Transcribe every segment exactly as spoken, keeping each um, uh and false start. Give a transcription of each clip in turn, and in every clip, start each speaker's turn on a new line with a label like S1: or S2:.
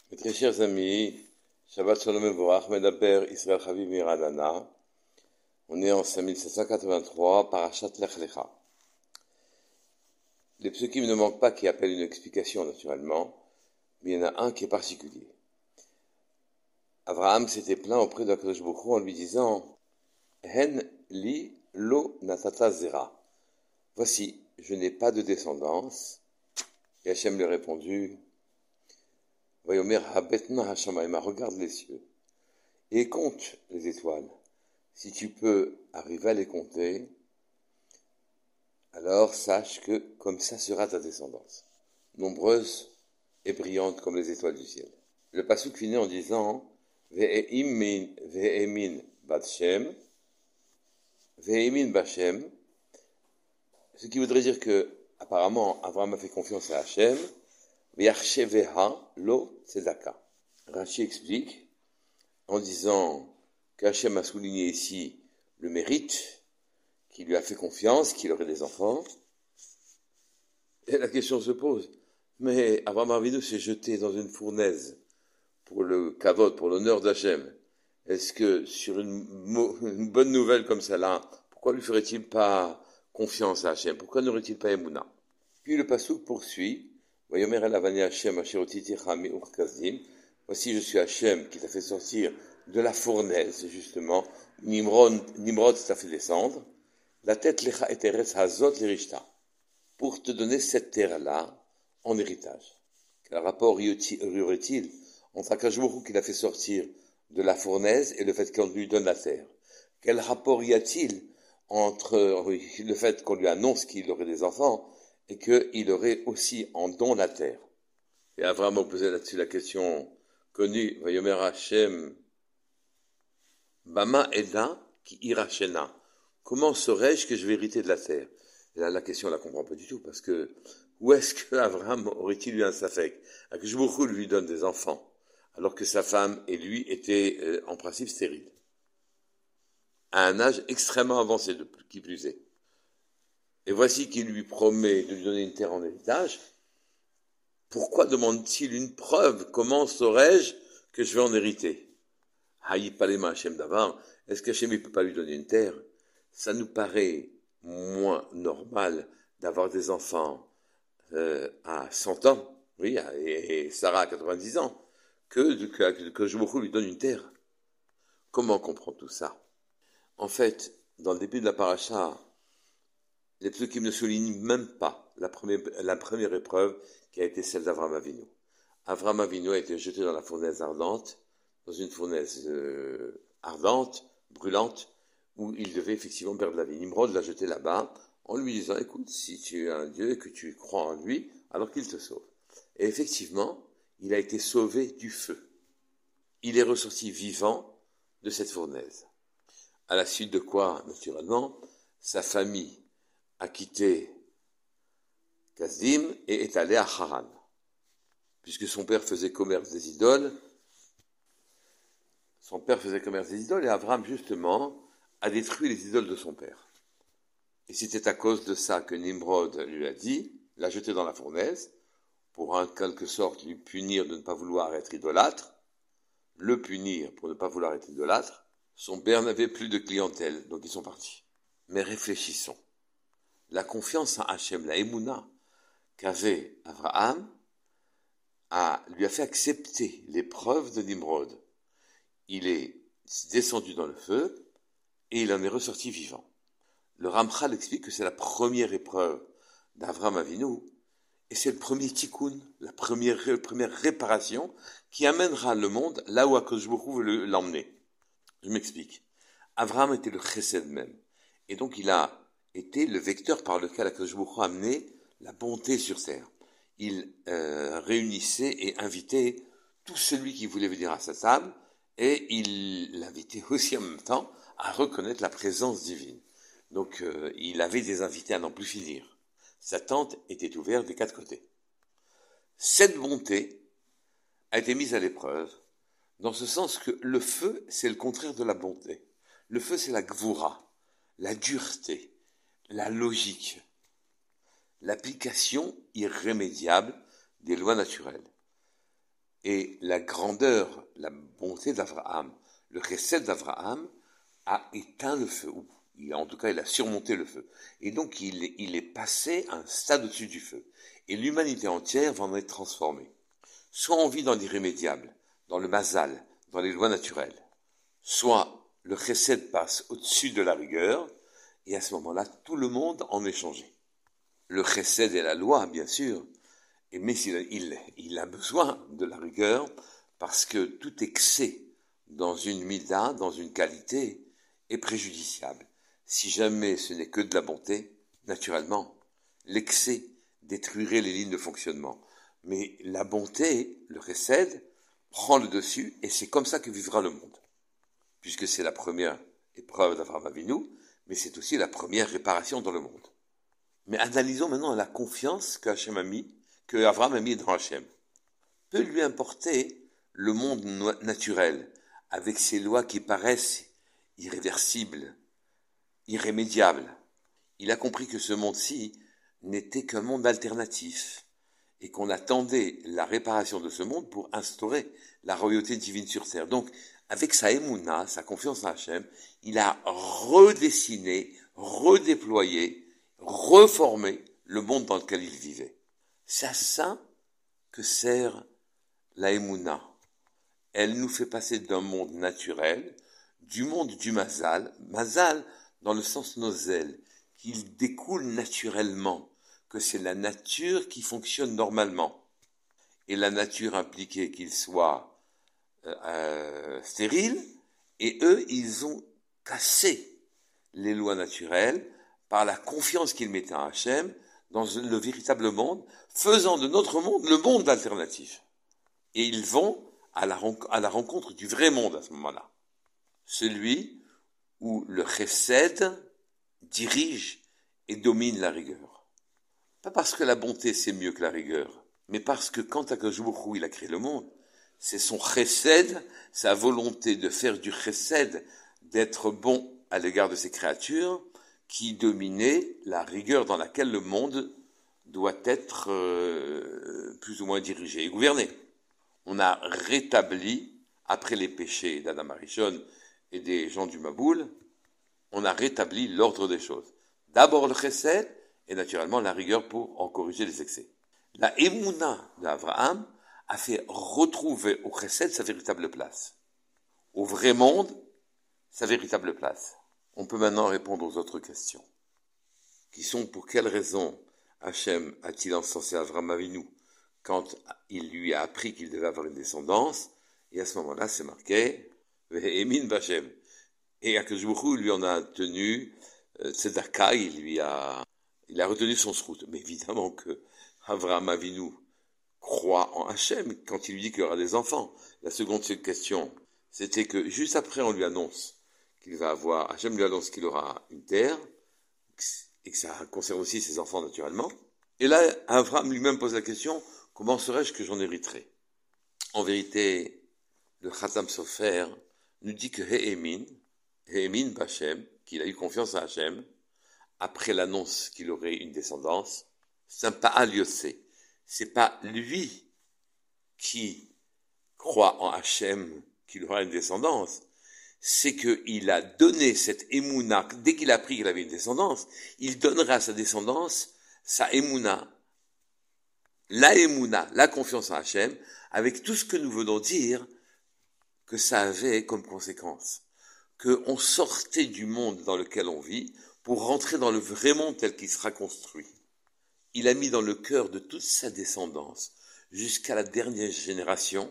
S1: Mes très chers amis, Shabbat Shalom Mevorach, Medaber Israël Chaviv Miradana. On est en cinq mille sept cent quatre-vingt-trois, Parashat Lech Lecha. Les psukim ne manquent pas qui appellent une explication naturellement, mais il y en a un qui est particulier. Abraham s'était plaint auprès d'Akadosh Baruch Hu en lui disant Hen li lo natata zera. Voici, je n'ai pas de descendance. Et Hachem lui a répondu Vayomer habetna hashamayma, regarde les cieux et compte les étoiles. Si tu peux arriver à les compter, alors sache que comme ça sera ta descendance, nombreuse et brillante comme les étoiles du ciel. Le pasuk finit en disant Ve'emin ve'emin bat-shem, ve'emin ba-shem, ce qui voudrait dire que apparemment Abraham a fait confiance à Hachem. Ve'achsheveha lo tzedaka. Rashi explique en disant qu'Hachem a souligné ici le mérite, qu'il lui a fait confiance, qu'il aurait des enfants. Et la question se pose, mais Abraham Avinu s'est jeté dans une fournaise pour le kavod, pour l'honneur d'Hachem. Est-ce que sur une, une bonne nouvelle comme celle-là, pourquoi lui ferait-il pas confiance à Hachem? Pourquoi n'aurait-il pas Emouna? Puis le pasuk poursuit, Vayomer el avani Hachem asher otiticha mi'ur kasdim. Voici, je suis Hachem qui t'a fait sortir de la fournaise, justement. Nimrod, Nimrod t'a fait descendre. La tête lecha et teretz hazot l'irishta. Pour te donner cette terre-là en héritage. Quel rapport y aurait-il entre Akadosh Baruch Hu qui l'a fait sortir de la fournaise et le fait qu'on lui donne la terre? Quel rapport y a-t-il entre oui, le fait qu'on lui annonce qu'il aurait des enfants et qu'il aurait aussi en don la terre? Et Abraham a posé là-dessus la question connue, Vayomer Hashem, Bama Eda ki irachena. Comment saurais-je que je vais hériter de la terre? Et là, la question, on la comprend pas du tout, parce que où est-ce que Abraham aurait-il eu un safek? Que Jbourou lui donne des enfants, alors que sa femme et lui étaient euh, en principe stériles, à un âge extrêmement avancé, de, qui plus est. Et voici qu'il lui promet de lui donner une terre en héritage. Pourquoi demande-t-il une preuve? Comment saurais-je que je vais en hériter? Haï palema Hachem d'avar. Est-ce qu'Hachem ne peut pas lui donner une terre? Ça nous paraît moins normal d'avoir des enfants euh, à cent ans, oui, et, et Sarah à quatre-vingt-dix ans, que, que, que Jbourou lui donne une terre. Comment comprendre tout ça? En fait, dans le début de la paracha, les psukim ne soulignent même pas la première, la première épreuve qui a été celle d'Avraham Avinu. Avraham Avinu a été jeté dans la fournaise ardente, dans une fournaise euh, ardente, brûlante, où il devait effectivement perdre la vie. Nimrod l'a jeté là-bas en lui disant, écoute, si tu es un Dieu et que tu crois en lui, alors qu'il te sauve. Et effectivement, il a été sauvé du feu. Il est ressorti vivant de cette fournaise. À la suite de quoi, naturellement, sa famille a quitté Kasdim et est allé à Haran. Puisque son père faisait commerce des idoles, son père faisait commerce des idoles et Abraham, justement, a détruit les idoles de son père. Et c'était à cause de ça que Nimrod lui a dit, l'a jeté dans la fournaise, pour en quelque sorte lui punir de ne pas vouloir être idolâtre, le punir pour ne pas vouloir être idolâtre. Son père n'avait plus de clientèle, donc ils sont partis. Mais réfléchissons. La confiance en Hachem, la Emouna, qu'avait Abraham, a, lui a fait accepter l'épreuve de Nimrod. Il est descendu dans le feu et il en est ressorti vivant. Le Ramchal explique que c'est la première épreuve d'Avraham Avinu et c'est le premier tikkun, la première, première réparation qui amènera le monde là où Akadosh Baruch Hu veut l'emmener. Je m'explique. Avraham était le chesed même et donc il a été le vecteur par lequel Akadosh Baruch Hu a amené la bonté sur terre. Il euh, réunissait et invitait tout celui qui voulait venir à sa table et il l'invitait aussi en même temps à reconnaître la présence divine. Donc euh, il avait des invités à n'en plus finir. Sa tente était ouverte des quatre côtés. Cette bonté a été mise à l'épreuve, dans ce sens que le feu, c'est le contraire de la bonté. Le feu, c'est la gvoura, la dureté, la logique, l'application irrémédiable des lois naturelles. Et la grandeur, la bonté d'Abraham, le chesed d'Abraham a éteint le feu. Il, en tout cas, il a surmonté le feu. Et donc, il, il est passé un stade au-dessus du feu. Et l'humanité entière va en être transformée. Soit on vit dans l'irrémédiable, dans le mazal, dans les lois naturelles. Soit le chesed passe au-dessus de la rigueur, et à ce moment-là, tout le monde en est changé. Le chesed est la loi, bien sûr, mais il, il, il a besoin de la rigueur parce que tout excès dans une mida, dans une qualité, est préjudiciable. Si jamais ce n'est que de la bonté, naturellement, l'excès détruirait les lignes de fonctionnement. Mais la bonté, le chesed, prend le dessus et c'est comme ça que vivra le monde. Puisque c'est la première épreuve d'Avraham Avinu, mais c'est aussi la première réparation dans le monde. Mais analysons maintenant la confiance que Hachem a mis, que Avraham a mis dans Hachem. Peut lui importer le monde naturel, avec ses lois qui paraissent irréversibles, irrémédiables. Il a compris que ce monde-ci n'était qu'un monde alternatif, et qu'on attendait la réparation de ce monde pour instaurer la royauté divine sur terre. Donc, avec sa émouna, sa confiance en Hachem, il a redessiné, redéployé, reformé le monde dans lequel il vivait. C'est à ça que sert la émouna. Elle nous fait passer d'un monde naturel, du monde du mazal, mazal dans le sens nozel, qu'il découle naturellement, que c'est la nature qui fonctionne normalement. Et la nature impliquait qu'il soit euh, euh, stérile, et eux, ils ont cassé les lois naturelles par la confiance qu'ils mettaient en Hachem dans le véritable monde, faisant de notre monde le monde alternatif. Et ils vont à la, à la rencontre du vrai monde à ce moment-là. Celui où le chesed dirige et domine la rigueur. Pas parce que la bonté c'est mieux que la rigueur, mais parce que quand Akadosh Baruch Hu il a créé le monde, c'est son chesed, sa volonté de faire du chesed, d'être bon à l'égard de ses créatures, qui dominait la rigueur dans laquelle le monde doit être euh, plus ou moins dirigé et gouverné. On a rétabli, après les péchés d'Adam Arishon et des gens du Maboul, on a rétabli l'ordre des choses. D'abord le chesed, et naturellement la rigueur pour en corriger les excès. La émouna d'Abraham a fait retrouver au chesed sa véritable place. Au vrai monde, sa véritable place. On peut maintenant répondre aux autres questions, qui sont pour quelle raison Hachem a-t-il encensé Avraham Avinu quand il lui a appris qu'il devait avoir une descendance, et à ce moment-là, c'est marqué « Ve'emin b'Hachem ». Et Akadosh Baruch Hu lui en a tenu euh, tzedaka, il lui a, il a retenu son srout. Mais évidemment que Avraham Avinu croit en Hachem quand il lui dit qu'il y aura des enfants. La seconde question, c'était que juste après, on lui annonce qu'il va avoir, Hachem lui annonce qu'il aura une terre, et que ça concerne aussi ses enfants naturellement. Et là, Avraham lui-même pose la question, comment serais-je que j'en hériterai? En vérité, le Khatam Sofer nous dit que He'emin, He'emin b'Hachem, qu'il a eu confiance en Hachem, après l'annonce qu'il aurait une descendance, c'est un Pa'al Yossé. C'est pas lui qui croit en Hachem qu'il aura une descendance, c'est qu'il a donné cette émouna, dès qu'il a appris qu'il avait une descendance, il donnera à sa descendance sa émouna, la émouna, la confiance en Hachem, avec tout ce que nous venons dire que ça avait comme conséquence. Qu'on sortait du monde dans lequel on vit pour rentrer dans le vrai monde tel qu'il sera construit. Il a mis dans le cœur de toute sa descendance, jusqu'à la dernière génération,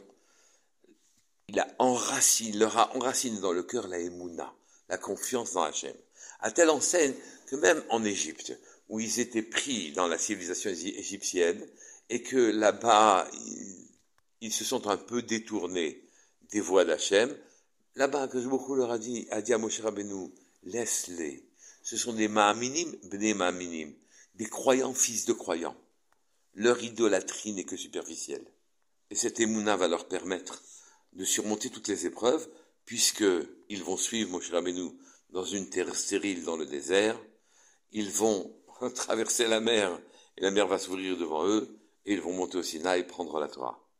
S1: il a enraciné, il leur a enraciné dans le cœur la émouna, la confiance dans Hachem. À telle enseigne que même en Égypte, où ils étaient pris dans la civilisation égyptienne, et que là-bas, ils, ils se sont un peu détournés des voies d'Hachem, là-bas, que beaucoup leur a dit, a dit à Moshe Rabbeinu, laisse-les. Ce sont des ma'aminim, bnei ma'aminim, des croyants, fils de croyants. Leur idolâtrie n'est que superficielle. Et cette émouna va leur permettre de surmonter toutes les épreuves, puisqu'ils vont suivre Moshe Rabbeinu dans une terre stérile dans le désert, ils vont traverser la mer, et la mer va s'ouvrir devant eux, et ils vont monter au Sinaï et prendre la Torah.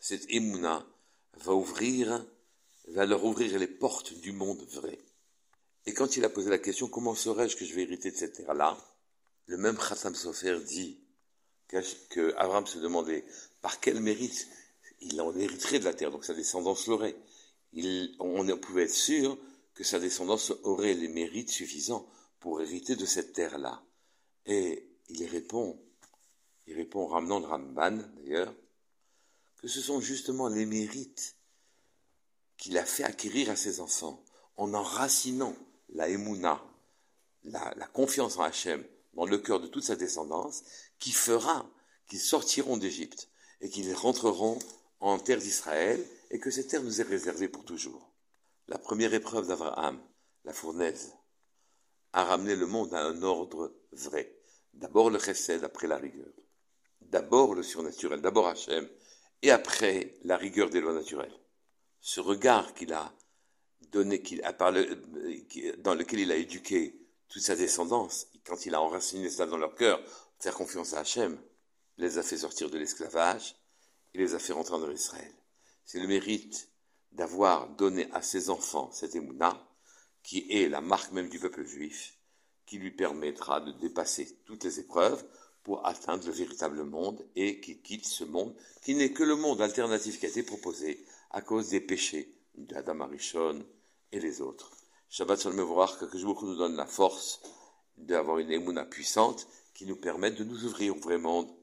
S1: cette émouna va ouvrir, va leur ouvrir les portes du monde vrai. Et quand il a posé la question, comment saurais-je que je vais hériter de cette terre-là, le même Khatam Sofer dit que Abraham se demandait par quel mérite il en hériterait de la terre, donc sa descendance l'aurait. Il, on pouvait être sûr que sa descendance aurait les mérites suffisants pour hériter de cette terre-là. Et il répond, il répond, ramenant le Ramban d'ailleurs, que ce sont justement les mérites qu'il a fait acquérir à ses enfants en enracinant la émouna, la, la confiance en Hachem dans le cœur de toute sa descendance, qui fera qu'ils sortiront d'Égypte et qu'ils rentreront en terre d'Israël et que cette terre nous est réservée pour toujours. La première épreuve d'Abraham, la fournaise, a ramené le monde à un ordre vrai. D'abord le chesed, après la rigueur. D'abord le surnaturel, d'abord Hachem, et après la rigueur des lois naturelles. Ce regard qu'il a donné, qu'il a parlé, dans lequel il a éduqué toute sa descendance, quand il a enraciné cela dans leur cœur, faire confiance à Hachem, les a fait sortir de l'esclavage, il les a fait rentrer en Israël. C'est le mérite d'avoir donné à ses enfants cette émouna, qui est la marque même du peuple juif, qui lui permettra de dépasser toutes les épreuves pour atteindre le véritable monde et qui quitte ce monde, qui n'est que le monde alternatif qui a été proposé à cause des péchés d'Adam Arishon et les autres. Shabbat Shalom Mevorach, que je vous nous donne la force d'avoir une émouna puissante qui nous permette de nous ouvrir au vrai monde